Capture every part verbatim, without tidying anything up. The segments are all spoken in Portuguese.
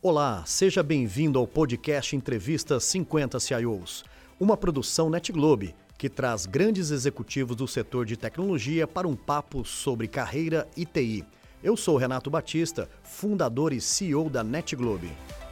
Olá, seja bem-vindo ao podcast Entrevista cinquenta C I Os, uma produção NetGlobe que traz grandes executivos do setor de tecnologia para um papo sobre carreira e T I. Eu sou Renato Batista, fundador e C E O da NetGlobe.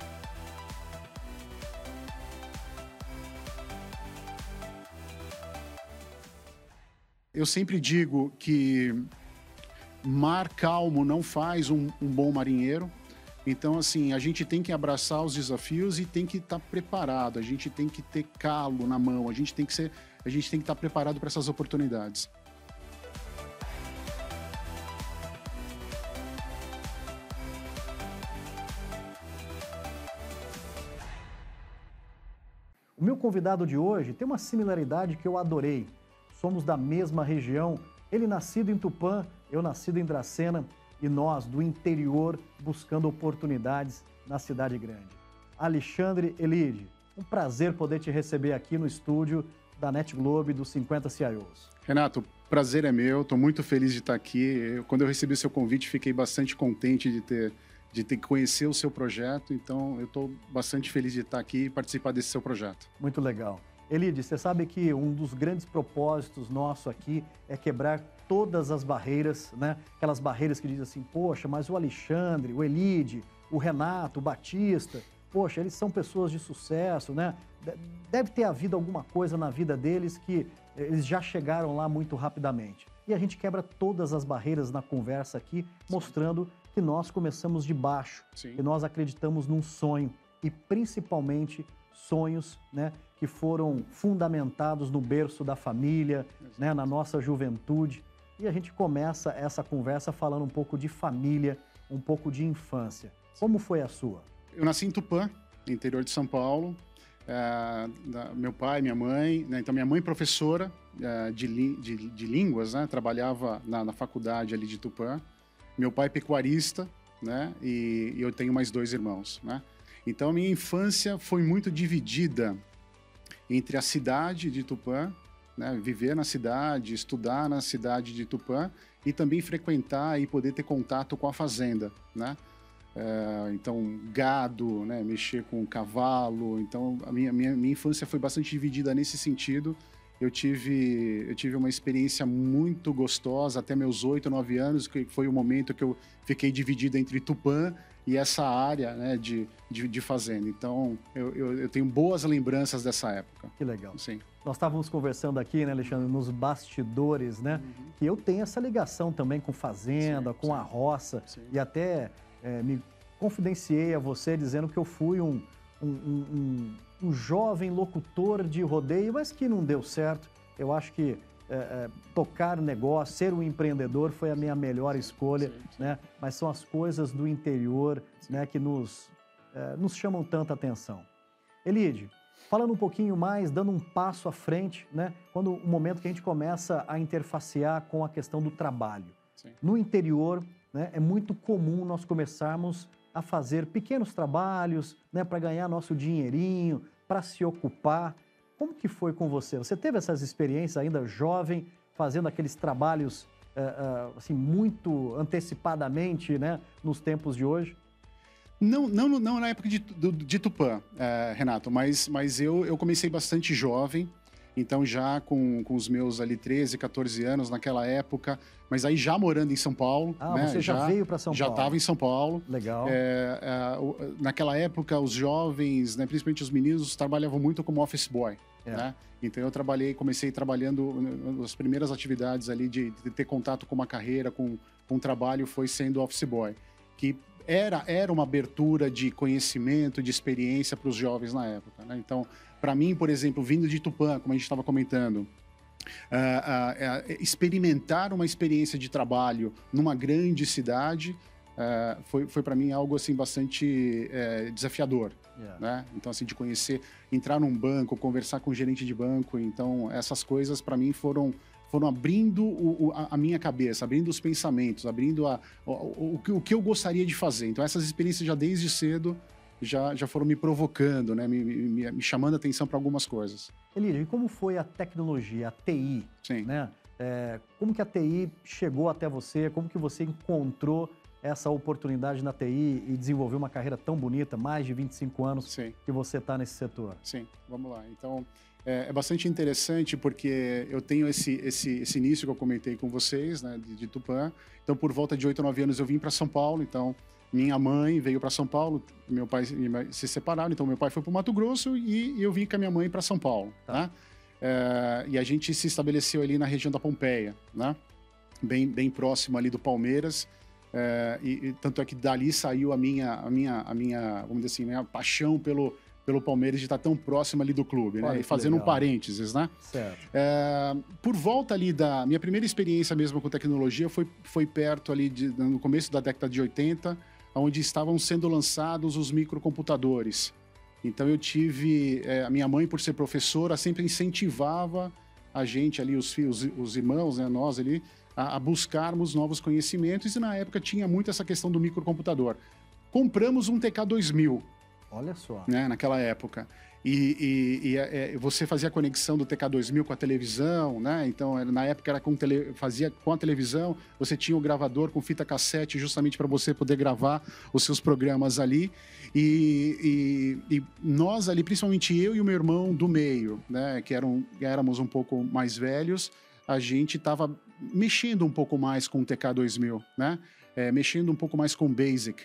Eu sempre digo que mar calmo não faz um, um bom marinheiro. Então, assim, a gente tem que abraçar os desafios e tem que estar preparado. A gente tem que ter calo na mão. A gente tem que ser, a gente tem que estar preparado para essas oportunidades. O meu convidado de hoje tem uma similaridade que eu adorei. Somos da mesma região, ele nascido em Tupã, eu nascido em Dracena, e nós do interior buscando oportunidades na cidade grande. Alexandre Elide, um prazer poder te receber aqui no estúdio da NetGlobe dos cinquenta C I Os. Renato, prazer é meu, estou muito feliz de estar aqui. Eu, quando eu recebi o seu convite, fiquei bastante contente de ter, de ter que conhecer o seu projeto, então eu estou bastante feliz de estar aqui e participar desse seu projeto. Muito legal. Elide, você sabe que um dos grandes propósitos nosso aqui é quebrar todas as barreiras, né? Aquelas barreiras que dizem assim, poxa, mas o Alexandre, o Elide, o Renato, o Batista, poxa, eles são pessoas de sucesso, né? Deve ter havido alguma coisa na vida deles que eles já chegaram lá muito rapidamente. E a gente quebra todas as barreiras na conversa aqui, mostrando que nós começamos de baixo, Sim. que nós acreditamos num sonho e principalmente sonhos, né, que foram fundamentados no berço da família, né, na nossa juventude. E a gente começa essa conversa falando um pouco de família, um pouco de infância. Como foi a sua? Eu nasci em Tupã, interior de São Paulo. É, da, meu pai, minha mãe, né, então minha mãe professora é, de, de, de línguas, né, trabalhava na, na faculdade ali de Tupã. Meu pai pecuarista, né, e, e eu tenho mais dois irmãos, né. Então a minha infância foi muito dividida entre a cidade de Tupã, né, viver na cidade, estudar na cidade de Tupã e também frequentar e poder ter contato com a fazenda, né? É, então, gado, né, mexer com cavalo. Então, a minha, minha, minha infância foi bastante dividida nesse sentido. Eu tive, eu tive uma experiência muito gostosa até meus oito, nove anos, que foi o momento que eu fiquei dividido entre Tupã e essa área, né, de, de, de fazenda. Então, eu, eu, eu tenho boas lembranças dessa época. Que legal. Sim. Nós estávamos conversando aqui, né, Alexandre, nos bastidores, né, uhum. que eu tenho essa ligação também com fazenda, sim, com sim. a roça, sim. e até é, me confidenciei a você dizendo que eu fui um, um, um, um, um jovem locutor de rodeio, mas que não deu certo. Eu acho que É, é, tocar negócio, ser um empreendedor foi a minha melhor escolha, sim, sim. né? Mas são as coisas do interior, né, que nos, é, nos chamam tanta atenção. Elide, falando um pouquinho mais, dando um passo à frente, né, quando o momento que a gente começa a interfacear com a questão do trabalho. Sim. No interior, né, é muito comum nós começarmos a fazer pequenos trabalhos, né, para ganhar nosso dinheirinho, para se ocupar. Como que foi com você? Você teve essas experiências ainda jovem, fazendo aqueles trabalhos uh, uh, assim, muito antecipadamente, né, nos tempos de hoje? Não, não, não na época de, de, de Tupã, uh, Renato, mas, mas eu, eu comecei bastante jovem, então já com, com os meus ali treze, quatorze anos naquela época, mas aí já morando em São Paulo. Ah, né, você já, já veio para São já Paulo? Já estava em São Paulo. Legal. É, é, naquela época, os jovens, né, principalmente os meninos, trabalhavam muito como office boy. É. Né? Então eu trabalhei, comecei trabalhando, as primeiras atividades ali de, de ter contato com uma carreira, com, com um trabalho, foi sendo office boy, que era, era uma abertura de conhecimento, de experiência para os jovens na época. Né? Então, para mim, por exemplo, vindo de Tupã, como a gente estava comentando, Uh, uh, uh, experimentar uma experiência de trabalho numa grande cidade uh, foi, foi para mim algo assim bastante uh, desafiador, yeah. né? Então assim, de conhecer, entrar num banco, conversar com o gerente de banco, então essas coisas para mim foram foram abrindo o, o, a minha cabeça, abrindo os pensamentos, abrindo a, o, o, o que eu gostaria de fazer. Então essas experiências já desde cedo Já, já foram me provocando, né? me, me, me chamando a atenção para algumas coisas. Elide, e como foi a tecnologia, a T I? Sim. Né? É, como que a T I chegou até você? Como que você encontrou essa oportunidade na T I e desenvolver uma carreira tão bonita, mais de vinte e cinco anos Sim. que você está nesse setor? Sim, vamos lá. Então, é, é bastante interessante porque eu tenho esse, esse, esse início que eu comentei com vocês, né, de, de Tupã. Então, por volta de oito, nove anos, eu vim para São Paulo. Então, minha mãe veio para São Paulo, meu pai e minha mãe se separaram. Então, meu pai foi para o Mato Grosso e, e eu vim com a minha mãe para São Paulo, tá. Né? É, e a gente se estabeleceu ali na região da Pompeia, né? Bem, bem próximo ali do Palmeiras. É, e, e tanto é que dali saiu a minha, a minha, a minha, vamos dizer assim, minha paixão pelo, pelo Palmeiras de estar tão próximo ali do clube, né? E fazendo legal. Um parênteses, né? Certo. É, por volta ali da minha primeira experiência mesmo com tecnologia foi, foi perto ali de, no começo da década de oitenta, onde estavam sendo lançados os microcomputadores. Então eu tive, é, a minha mãe, por ser professora, sempre incentivava a gente ali, os filhos, os irmãos, né, nós ali, a, a buscarmos novos conhecimentos, e na época tinha muito essa questão do microcomputador. Compramos um T K dois mil. Olha só. Né, naquela época. E, e, e é, você fazia a conexão do T K dois mil com a televisão, né? Então, era, na época era com tele, fazia com a televisão, você tinha o gravador com fita cassete justamente para você poder gravar os seus programas ali. E, e, e nós ali, principalmente eu e o meu irmão do meio, né? Que eram, éramos um pouco mais velhos, a gente estava mexendo um pouco mais com o T K dois mil, né? É, mexendo um pouco mais com o Basic.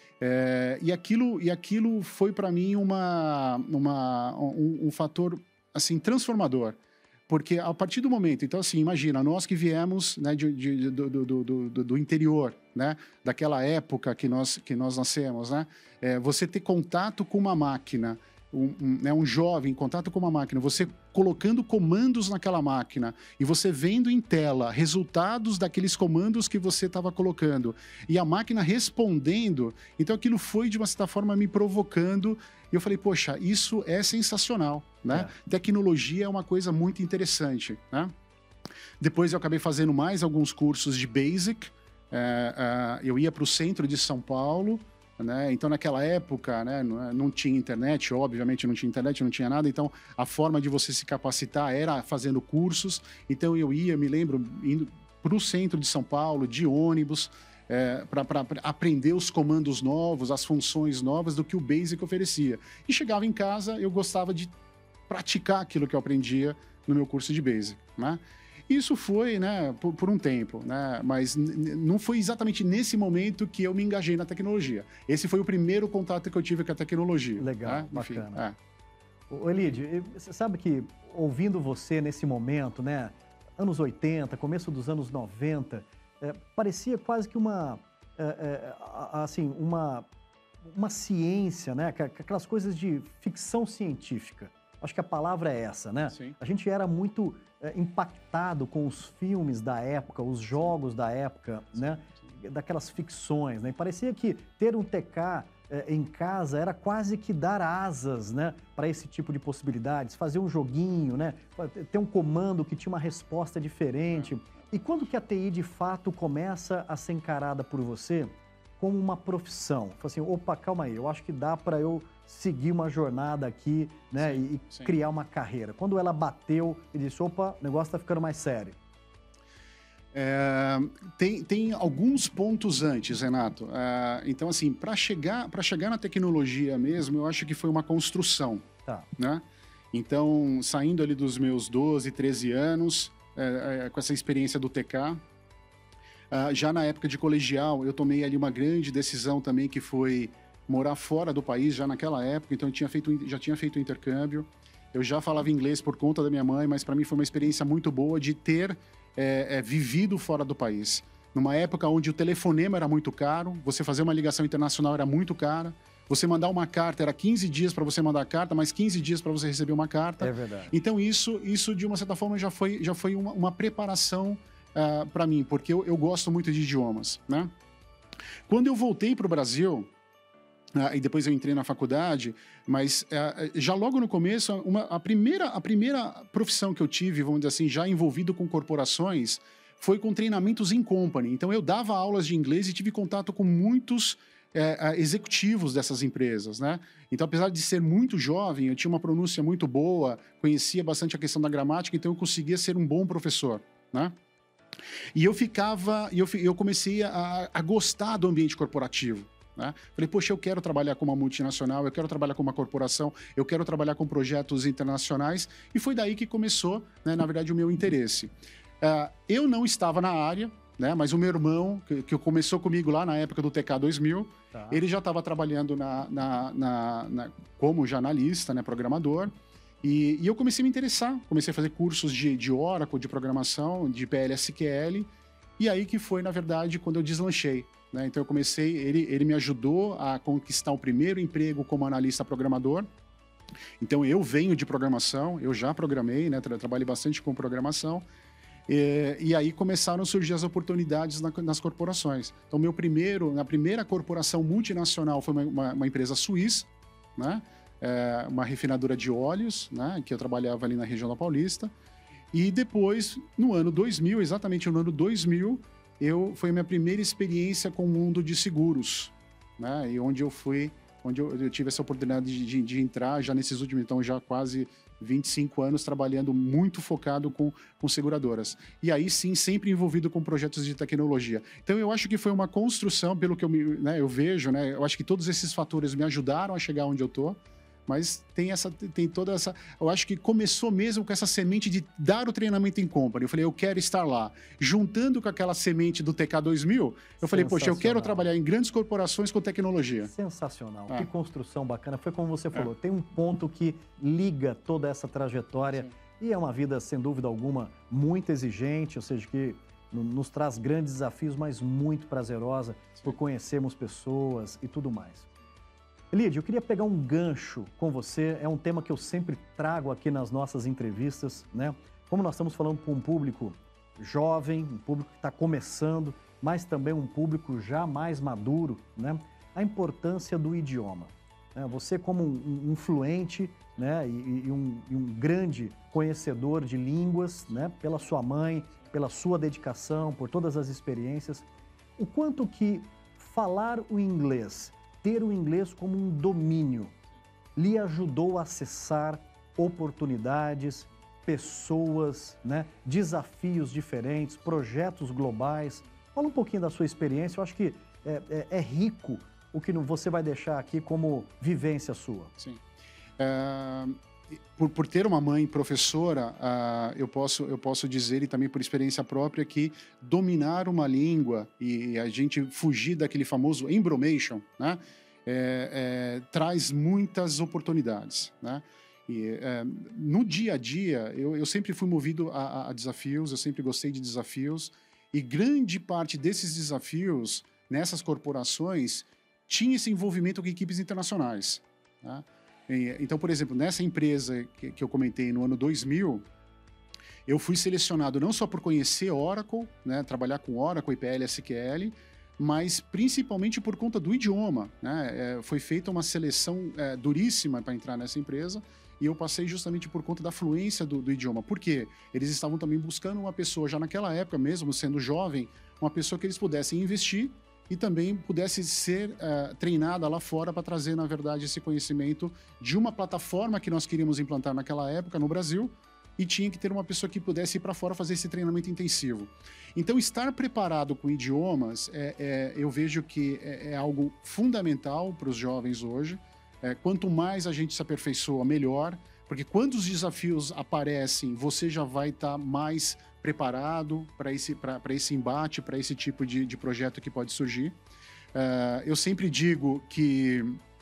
É, e, aquilo, e aquilo foi para mim uma, uma, um, um fator assim, transformador, porque a partir do momento, então assim, imagina, nós que viemos, né, de, de, do, do, do, do interior, né, daquela época que nós, que nós nascemos, né, é, você ter contato com uma máquina, um, um, né, um jovem em contato com uma máquina, você colocando comandos naquela máquina e você vendo em tela resultados daqueles comandos que você estava colocando e a máquina respondendo, então aquilo foi de uma certa forma me provocando e eu falei, poxa, isso é sensacional, né? É. Tecnologia é uma coisa muito interessante, né? Depois eu acabei fazendo mais alguns cursos de Basic, é, é, eu ia para o centro de São Paulo, né? Então, naquela época, né, não tinha internet, obviamente não tinha internet, não tinha nada, então a forma de você se capacitar era fazendo cursos. Então, eu ia, me lembro, indo para o centro de São Paulo, de ônibus, é, para aprender os comandos novos, as funções novas do que o Basic oferecia. E chegava em casa, eu gostava de praticar aquilo que eu aprendia no meu curso de Basic, né? Isso foi, né, por, por um tempo, né, mas não foi exatamente nesse momento que eu me engajei na tecnologia. Esse foi o primeiro contato que eu tive com a tecnologia. Legal, né? Enfim, bacana. É. Ô, Elide, você sabe que ouvindo você nesse momento, né, anos oitenta, começo dos anos noventa, é, parecia quase que uma, é, é, assim, uma, uma ciência, né, aquelas coisas de ficção científica. Acho que a palavra é essa, né? Sim. A gente era muito é, impactado com os filmes da época, os jogos da época, sim, né? Sim. Daquelas ficções, né? E parecia que ter um T K é, em casa era quase que dar asas, né? Para esse tipo de possibilidades, fazer um joguinho, né? Ter um comando que tinha uma resposta diferente. É. E quando que a T I, de fato, começa a ser encarada por você como uma profissão? Fala assim, opa, calma aí, eu acho que dá para eu seguir uma jornada aqui, né, sim, e sim. criar uma carreira. Quando ela bateu e disse, opa, o negócio tá ficando mais sério. É, tem, tem alguns pontos antes, Renato. É, então, assim, para chegar, para chegar na tecnologia mesmo, eu acho que foi uma construção. Tá. Né? Então, saindo ali dos meus doze, treze anos, é, é, com essa experiência do T K, é, já na época de colegial, eu tomei ali uma grande decisão também, que foi morar fora do país, já naquela época. Então, eu tinha feito, já tinha feito o intercâmbio. Eu já falava inglês por conta da minha mãe, mas para mim foi uma experiência muito boa de ter é, é, vivido fora do país. Numa época onde o telefonema era muito caro, você fazer uma ligação internacional era muito cara, você mandar uma carta era quinze dias para você mandar a carta, mais quinze dias para você receber uma carta. É verdade. Então, isso, isso de uma certa forma, já foi, já foi uma, uma preparação uh, para mim, porque eu, eu gosto muito de idiomas, né? Quando eu voltei para o Brasil, Uh, e depois eu entrei na faculdade, mas uh, já logo no começo, uma, a, primeira, a primeira profissão que eu tive, vamos dizer assim, já envolvido com corporações, foi com treinamentos in company. Então eu dava aulas de inglês e tive contato com muitos uh, uh, executivos dessas empresas, né? Então, apesar de ser muito jovem, eu tinha uma pronúncia muito boa, conhecia bastante a questão da gramática, então eu conseguia ser um bom professor, né? E eu ficava, eu, eu comecei a, a gostar do ambiente corporativo. Né? Falei, poxa, eu quero trabalhar com uma multinacional, eu quero trabalhar com uma corporação, eu quero trabalhar com projetos internacionais. E foi daí que começou, né, na verdade, o meu interesse. Uh, eu não estava na área, né, mas o meu irmão, que, que começou comigo lá na época do T K dois mil, tá. Ele já estava trabalhando na, na, na, na, como jornalista, né, programador. E, e eu comecei a me interessar, comecei a fazer cursos de, de Oracle, de programação, de P L S Q L. E aí que foi, na verdade, quando eu deslanchei. Né? Então eu comecei, ele, ele me ajudou a conquistar o primeiro emprego como analista programador. Então eu venho de programação, eu já programei, né? Tra trabalhei bastante com programação. E, e aí começaram a surgir as oportunidades na, nas corporações. Então meu primeiro, na primeira corporação multinacional foi uma, uma, uma empresa suíça, né? É, uma refinadora de óleos, né? Que eu trabalhava ali na região da Paulista. E depois, no ano dois mil, exatamente no ano dois mil, eu, foi a minha primeira experiência com o mundo de seguros, né? E onde eu fui, onde eu, eu tive essa oportunidade de, de, de entrar já nesses últimos, então já quase vinte e cinco anos trabalhando muito focado com, com seguradoras. E aí sim, sempre envolvido com projetos de tecnologia. Então eu acho que foi uma construção, pelo que eu, me, né, eu vejo, né? Eu acho que todos esses fatores me ajudaram a chegar onde eu tô. Mas tem, essa, tem toda essa... Eu acho que começou mesmo com essa semente de dar o treinamento em company. Eu falei, eu quero estar lá. Juntando com aquela semente do T K dois mil, eu falei, poxa, eu quero trabalhar em grandes corporações com tecnologia. Sensacional. Ah. Que construção bacana. Foi como você falou, é. Tem um ponto que liga toda essa trajetória. Sim. E é uma vida, sem dúvida alguma, muito exigente, ou seja, que nos traz grandes desafios, mas muito prazerosa. Sim. Por conhecermos pessoas e tudo mais. Eliade, eu queria pegar um gancho com você, é um tema que eu sempre trago aqui nas nossas entrevistas, né? Como nós estamos falando com um público jovem, um público que está começando, mas também um público já mais maduro, né? A importância do idioma. Né? Você como um, um fluente, né? E, e, um, e um grande conhecedor de línguas, né? Pela sua mãe, pela sua dedicação, por todas as experiências, o quanto que falar o inglês, ter o inglês como um domínio, lhe ajudou a acessar oportunidades, pessoas, né, desafios diferentes, projetos globais. Fala um pouquinho da sua experiência, eu acho que é, é, é rico o que você vai deixar aqui como vivência sua. Sim. Uh, por, por ter uma mãe professora, uh, eu, posso, eu posso dizer, e também por experiência própria, que dominar uma língua e a gente fugir daquele famoso embromation, né, é, é, traz muitas oportunidades, né? E, é, no dia a dia, eu, eu sempre fui movido a, a desafios, eu sempre gostei de desafios, e grande parte desses desafios, nessas corporações, tinha esse envolvimento com equipes internacionais, né? E, então, por exemplo, nessa empresa que, que eu comentei no ano dois mil, eu fui selecionado não só por conhecer Oracle, né, trabalhar com Oracle e P L S Q L, mas principalmente por conta do idioma, né? É, foi feita uma seleção é, duríssima para entrar nessa empresa e eu passei justamente por conta da fluência do, do idioma. Por quê? Eles estavam também buscando uma pessoa, já naquela época, mesmo sendo jovem, uma pessoa que eles pudessem investir e também pudesse ser é, treinada lá fora para trazer, na verdade, esse conhecimento de uma plataforma que nós queríamos implantar naquela época no Brasil, e tinha que ter uma pessoa que pudesse ir para fora fazer esse treinamento intensivo. Então, estar preparado com idiomas, é, é, eu vejo que é, é algo fundamental para os jovens hoje. É, quanto mais a gente se aperfeiçoa, melhor, porque quando os desafios aparecem, você já vai estar tá mais preparado para esse, para esse embate, para esse tipo de, de projeto que pode surgir. É, eu sempre digo que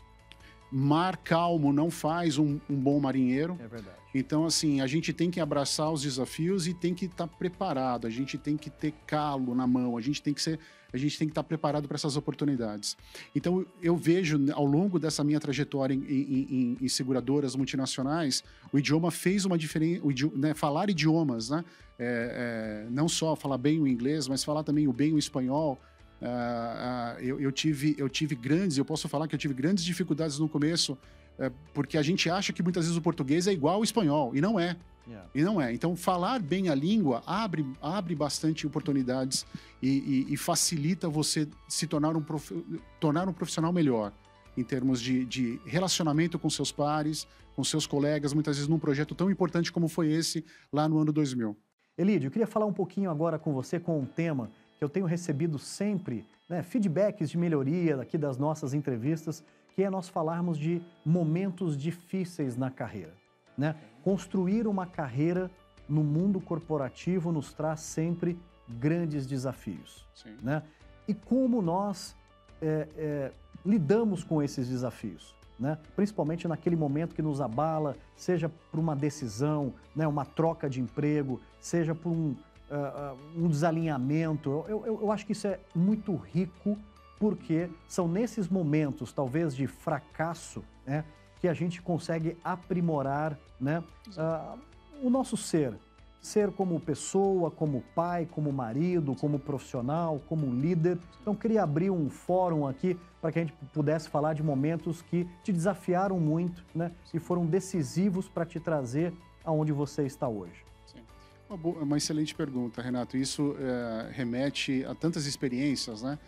mar calmo não faz um, um bom marinheiro. É verdade. Então, assim, a gente tem que abraçar os desafios e tem que estar tá preparado, a gente tem que ter calo na mão, a gente tem que ser, a gente tem que estar tá preparado para essas oportunidades. Então, eu vejo, ao longo dessa minha trajetória em, em, em, em seguradoras multinacionais, o idioma fez uma diferença, né, falar idiomas, né? É, é, não só falar bem o inglês, mas falar também o bem o espanhol. Uh, uh, eu, eu, tive, eu tive grandes, eu posso falar que eu tive grandes dificuldades no começo, uh, porque a gente acha que muitas vezes o português é igual ao espanhol, e não é. Yeah. E não é. Então, falar bem a língua abre, abre bastante oportunidades e, e, e facilita você se tornar um, prof, tornar um profissional melhor, em termos de, de relacionamento com seus pares, com seus colegas, muitas vezes num projeto tão importante como foi esse lá no ano dois mil. Elídio, eu queria falar um pouquinho agora com você com um tema que eu tenho recebido sempre, né, feedbacks de melhoria aqui das nossas entrevistas, que é nós falarmos de momentos difíceis na carreira, né? Construir uma carreira no mundo corporativo nos traz sempre grandes desafios, Sim. né? E como nós é, é, lidamos com esses desafios, né? Principalmente naquele momento que nos abala, seja por uma decisão, né, uma troca de emprego, seja por um, uh, um desalinhamento. Eu, eu, eu acho que isso é muito rico, porque são nesses momentos, talvez, de fracasso, né, que a gente consegue aprimorar, né, uh, o nosso ser. Ser como pessoa, como pai, como marido, como profissional, como líder. Então, queria abrir um fórum aqui para que a gente pudesse falar de momentos que te desafiaram muito, né, e foram decisivos para te trazer aonde você está hoje. Sim. Uma, boa, uma excelente pergunta, Renato. Isso é, remete a tantas experiências, né?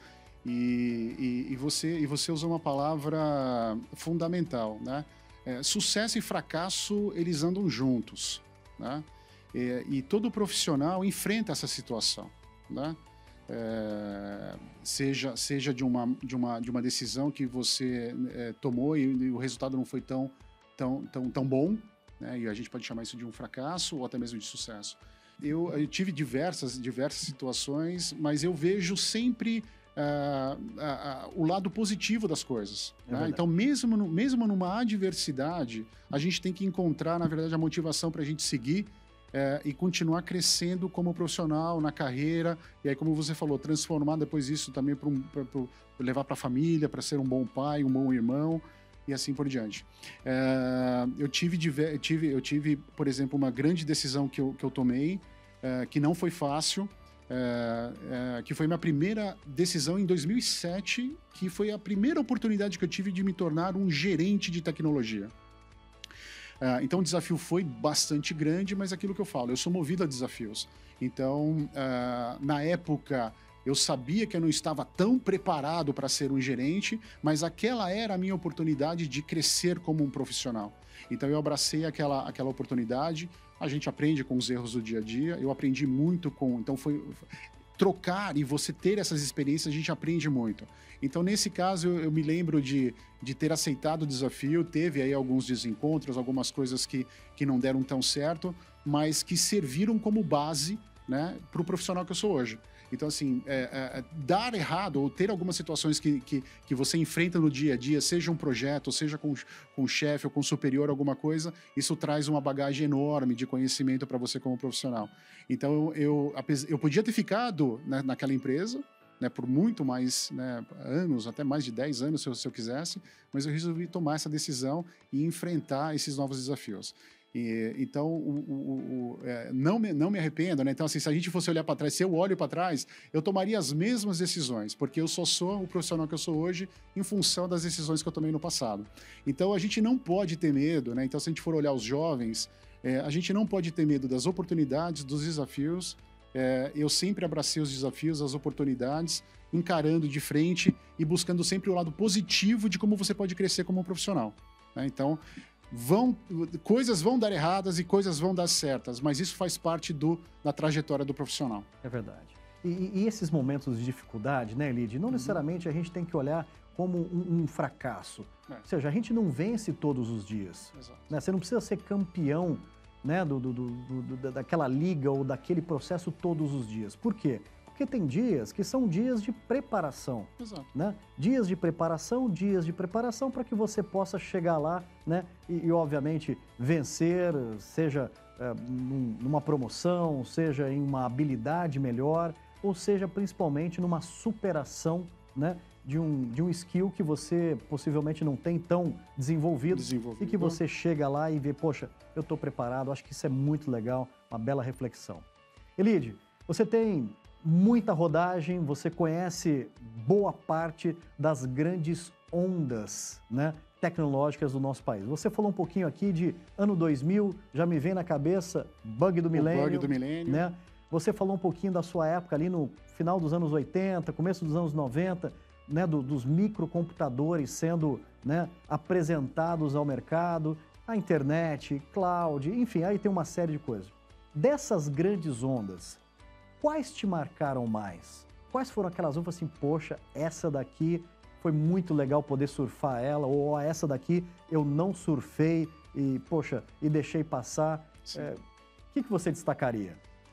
E, e, e, você, e você usou uma palavra fundamental, né? É, sucesso e fracasso, eles andam juntos, né? E, e todo profissional enfrenta essa situação, né? É, seja seja de, uma, de, uma, de uma decisão que você é, tomou e, e o resultado não foi tão, tão, tão, tão bom, né? E a gente pode chamar isso de um fracasso ou até mesmo de sucesso. Eu, eu tive diversas, diversas situações, mas eu vejo sempre Uh, uh, uh, o lado positivo das coisas. É né? Então, mesmo, no, mesmo numa adversidade, a gente tem que encontrar, na verdade, a motivação para a gente seguir uh, e continuar crescendo como profissional, na carreira, e aí, como você falou, transformar depois isso também para um, levar para a família, para ser um bom pai, um bom irmão, e assim por diante. Uh, eu, tive, eu, tive, eu tive, por exemplo, uma grande decisão que eu, que eu tomei, uh, que não foi fácil, É, é, que foi minha primeira decisão em dois mil e sete, que foi a primeira oportunidade que eu tive de me tornar um gerente de tecnologia. É, então o desafio foi bastante grande, mas aquilo que eu falo, eu sou movido a desafios. Então, é, na época, eu sabia que eu não estava tão preparado para ser um gerente, mas aquela era a minha oportunidade de crescer como um profissional. Então eu abracei aquela, aquela oportunidade. A gente aprende com os erros do dia a dia, eu aprendi muito com... Então, foi trocar e você ter essas experiências, a gente aprende muito. Então, nesse caso, eu, eu me lembro de, de ter aceitado o desafio, teve aí alguns desencontros, algumas coisas que, que não deram tão certo, mas que serviram como base, né, para o profissional que eu sou hoje. Então, assim, é, é, dar errado ou ter algumas situações que, que, que você enfrenta no dia a dia, seja um projeto, seja com, com o chefe ou com o superior, alguma coisa, isso traz uma bagagem enorme de conhecimento para você como profissional. Então, eu, eu podia ter ficado, né, naquela empresa, né, por muito mais, né, anos, até mais de dez anos, se eu, se eu quisesse, mas eu resolvi tomar essa decisão e enfrentar esses novos desafios. E, então, o, o, o, é, não, me, não me arrependo, né? Então, assim, se a gente fosse olhar para trás, se eu olho para trás, eu tomaria as mesmas decisões, porque eu só sou o profissional que eu sou hoje em função das decisões que eu tomei no passado. Então, a gente não pode ter medo, né? Então, se a gente for olhar os jovens, é, a gente não pode ter medo das oportunidades, dos desafios. É, eu sempre abracei os desafios, as oportunidades, encarando de frente e buscando sempre o lado positivo de como você pode crescer como um profissional, né? Então, Vão, coisas vão dar erradas e coisas vão dar certas, mas isso faz parte do, da trajetória do profissional. É verdade. E, e esses momentos de dificuldade, né, Elide, não uhum. necessariamente a gente tem que olhar como um, um fracasso. É. Ou seja, a gente não vence todos os dias. Né? Você não precisa ser campeão, né, do, do, do, do, daquela liga ou daquele processo todos os dias. Por quê? Porque tem dias que são dias de preparação, Exato. Né? Dias de preparação, dias de preparação para que você possa chegar lá, né? E, e obviamente, vencer, seja é, num, numa promoção, seja em uma habilidade melhor, ou seja, principalmente numa superação, né? De um, de um skill que você possivelmente não tem tão desenvolvido, desenvolvido. E que você chega lá e vê, poxa, eu estou preparado, acho que isso é muito legal, uma bela reflexão. Elide, você tem muita rodagem, você conhece boa parte das grandes ondas, né, tecnológicas do nosso país. Você falou um pouquinho aqui de ano dois mil, já me vem na cabeça, bug do milênio. Bug do milênio. Né? Você falou um pouquinho da sua época ali no final dos anos oitenta, começo dos anos noventa, né, do, dos microcomputadores sendo, né, apresentados ao mercado, a internet, cloud, enfim, aí tem uma série de coisas. Dessas grandes ondas, quais te marcaram mais? Quais foram aquelas ondas assim, poxa, essa daqui foi muito legal poder surfar ela, ou ó, essa daqui eu não surfei e, poxa, e deixei passar. É, o que, que você destacaria?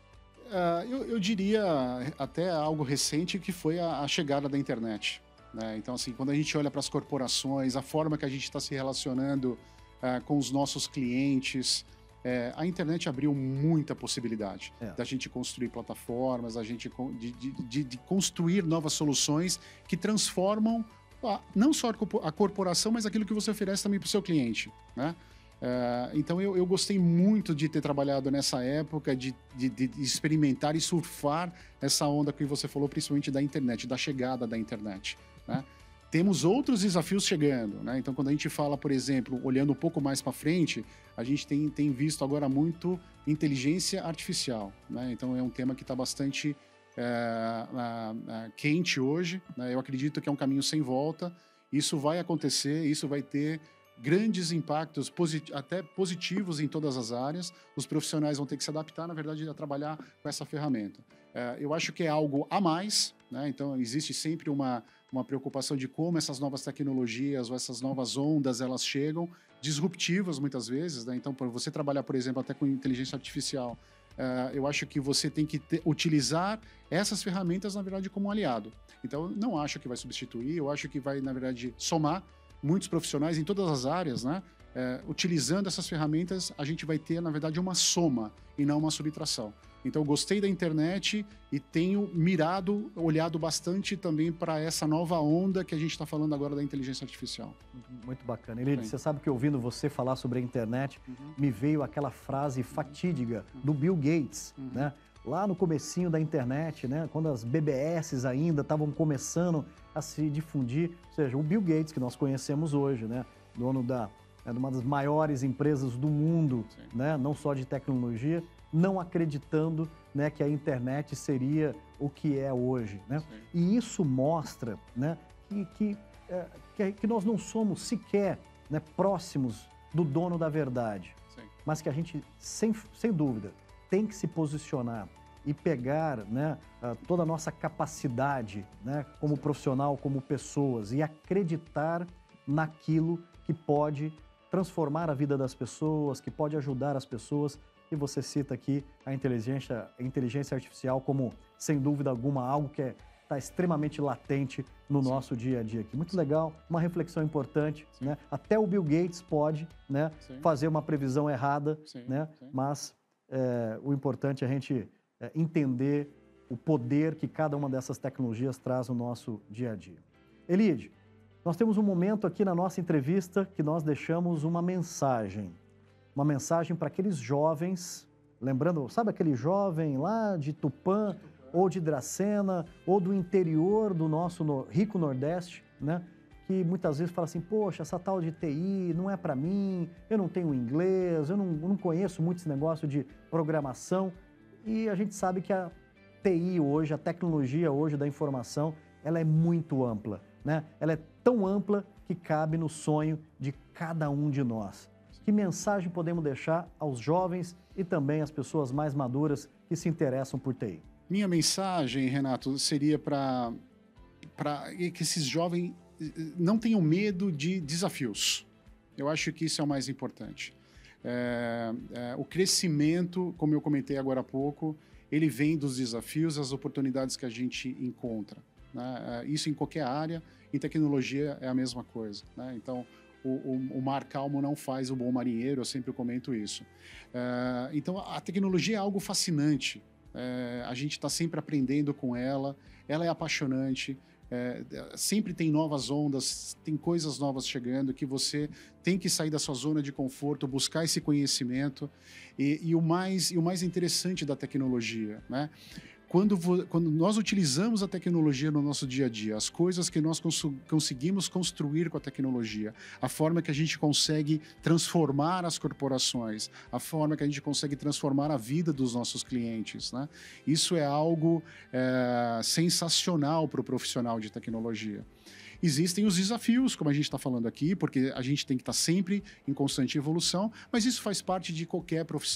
Uh, eu, eu diria até algo recente, que foi a, a chegada da internet, né? Então, assim, quando a gente olha para as corporações, a forma que a gente está se relacionando uh, com os nossos clientes, uh, a internet abriu muita possibilidade é. da gente construir plataformas, da gente de, de, de, de construir novas soluções que transformam a, não só a corporação, mas aquilo que você oferece também para o seu cliente, né? Uh, então eu, eu gostei muito de ter trabalhado nessa época, de, de, de experimentar e surfar essa onda que você falou, principalmente da internet, da chegada da internet, né? Temos outros desafios chegando, né? Então, quando a gente fala, por exemplo, olhando um pouco mais para frente, a gente tem, tem visto agora muito inteligência artificial, né? Então é um tema que está bastante é, é, quente hoje, né? Eu acredito que é um caminho sem volta. Isso vai acontecer, isso vai ter grandes impactos posit- até positivos em todas as áreas. Os profissionais vão ter que se adaptar, na verdade, a trabalhar com essa ferramenta. É, eu acho que é algo a mais, né? Então, existe sempre uma, uma preocupação de como essas novas tecnologias ou essas novas ondas, elas chegam, disruptivas muitas vezes, né? Então, para você trabalhar, por exemplo, até com inteligência artificial, é, eu acho que você tem que ter, utilizar essas ferramentas, na verdade, como um aliado. Então, não acho que vai substituir, eu acho que vai, na verdade, somar. Muitos profissionais em todas as áreas, né? É, utilizando essas ferramentas, a gente vai ter, na verdade, uma soma e não uma subtração. Então, eu gostei da internet e tenho mirado, olhado bastante também para essa nova onda que a gente está falando agora da inteligência artificial. Muito bacana. Elides, você sabe que ouvindo você falar sobre a internet, uhum. me veio aquela frase fatídica uhum. do Bill Gates, uhum. né? Lá no comecinho da internet, né? Quando as B B S ainda estavam começando a se difundir, ou seja, o Bill Gates, que nós conhecemos hoje, né? Dono da, é, de uma das maiores empresas do mundo, né? Não só de tecnologia, não acreditando, né, que a internet seria o que é hoje, né? E isso mostra, né, que, que, é, que, que nós não somos sequer, né, próximos do dono da verdade, Sim. mas que a gente, sem, sem dúvida, tem que se posicionar e pegar, né, toda a nossa capacidade, né, como profissional, como pessoas, e acreditar naquilo que pode transformar a vida das pessoas, que pode ajudar as pessoas. E você cita aqui a inteligência, a inteligência artificial como, sem dúvida alguma, algo que está extremamente latente no Sim. nosso dia a dia aqui. Muito legal, uma reflexão importante, né? Até o Bill Gates pode, né, fazer uma previsão errada, Sim. né? Sim. Mas é, o importante é a gente é, entender o poder que cada uma dessas tecnologias traz no nosso dia a dia. Elide, nós temos um momento aqui na nossa entrevista que nós deixamos uma mensagem. Uma mensagem para aqueles jovens, lembrando, sabe aquele jovem lá de Tupã, de Tupã, ou de Dracena, ou do interior do nosso no, rico Nordeste, né? Que muitas vezes fala assim, poxa, essa tal de T I não é para mim, eu não tenho inglês, eu não, eu não conheço muito esse negócio de programação. E a gente sabe que a T I hoje, a tecnologia hoje da informação, ela é muito ampla, né? Ela é tão ampla que cabe no sonho de cada um de nós. Que mensagem podemos deixar aos jovens e também às pessoas mais maduras que se interessam por T I? Minha mensagem, Renato, seria para que esses jovens não tenham medo de desafios. Eu acho que isso é o mais importante. É, é, o crescimento, como eu comentei agora há pouco, ele vem dos desafios, das oportunidades que a gente encontra, né? É, isso em qualquer área, em tecnologia é a mesma coisa, né? Então, o, o, o mar calmo não faz o bom marinheiro, eu sempre comento isso. É, então, a tecnologia é algo fascinante, é, a gente está sempre aprendendo com ela, ela é apaixonante. É, sempre tem novas ondas, tem coisas novas chegando que você tem que sair da sua zona de conforto, buscar esse conhecimento e, e, o, mais, e o mais interessante da tecnologia, né? Quando, quando nós utilizamos a tecnologia no nosso dia a dia, as coisas que nós cons conseguimos construir com a tecnologia, a forma que a gente consegue transformar as corporações, a forma que a gente consegue transformar a vida dos nossos clientes, né? Isso é algo é, sensacional para o profissional de tecnologia. Existem os desafios, como a gente está falando aqui, porque a gente tem que estar sempre em constante evolução, mas isso faz parte de qualquer profissão.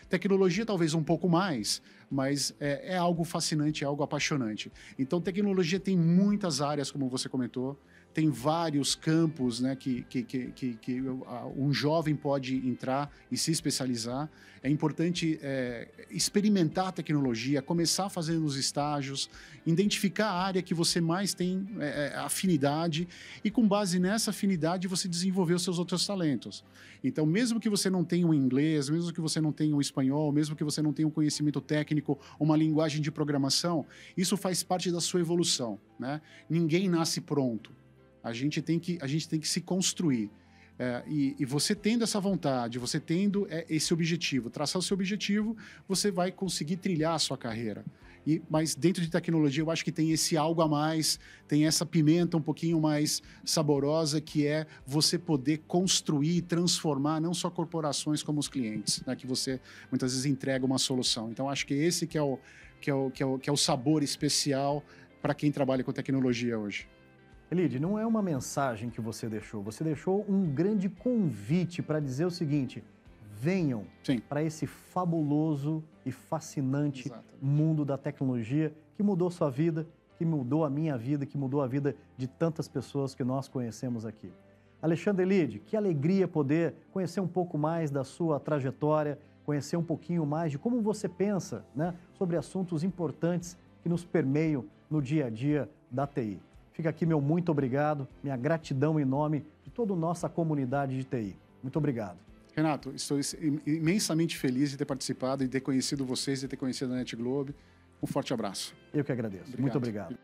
Tecnologia talvez um pouco mais, mas é, é algo fascinante, é algo apaixonante. Então, tecnologia tem muitas áreas, como você comentou, tem vários campos, né, que, que, que, que, que um jovem pode entrar e se especializar. É importante é, experimentar a tecnologia, começar fazendo os estágios, identificar a área que você mais tem é, afinidade e, com base nessa afinidade, você desenvolver os seus outros talentos. Então, mesmo que você não tenha o inglês, mesmo que você não tenha o espanhol, mesmo que você não tenha um conhecimento técnico, uma linguagem de programação, isso faz parte da sua evolução, né? Ninguém nasce pronto. A gente tem que, a gente tem que se construir. É, e, e você tendo essa vontade, você tendo é, esse objetivo, traçar o seu objetivo, você vai conseguir trilhar a sua carreira. E, mas dentro de tecnologia eu acho que tem esse algo a mais, tem essa pimenta um pouquinho mais saborosa, que é você poder construir, transformar não só corporações como os clientes, né, que você muitas vezes entrega uma solução. Então acho que esse que é o, que é o, que é o, que é o sabor especial para quem trabalha com tecnologia hoje. Elide, não é uma mensagem que você deixou, você deixou um grande convite para dizer o seguinte: venham para esse fabuloso e fascinante Exatamente. mundo da tecnologia que mudou sua vida, que mudou a minha vida, que mudou a vida de tantas pessoas que nós conhecemos aqui. Alexandre Elide, que alegria poder conhecer um pouco mais da sua trajetória, conhecer um pouquinho mais de como você pensa, né, sobre assuntos importantes que nos permeiam no dia a dia da T I. Fica aqui meu muito obrigado, minha gratidão em nome de toda a nossa comunidade de T I. Muito obrigado. Renato, estou imensamente feliz de ter participado e ter conhecido vocês, de ter conhecido a NetGlobe. Um forte abraço. Eu que agradeço. Obrigado. Muito obrigado.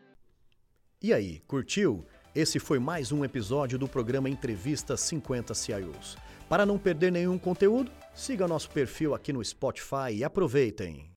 E aí, curtiu? Esse foi mais um episódio do programa Entrevista cinquenta C I Os. Para não perder nenhum conteúdo, siga nosso perfil aqui no Spotify e aproveitem.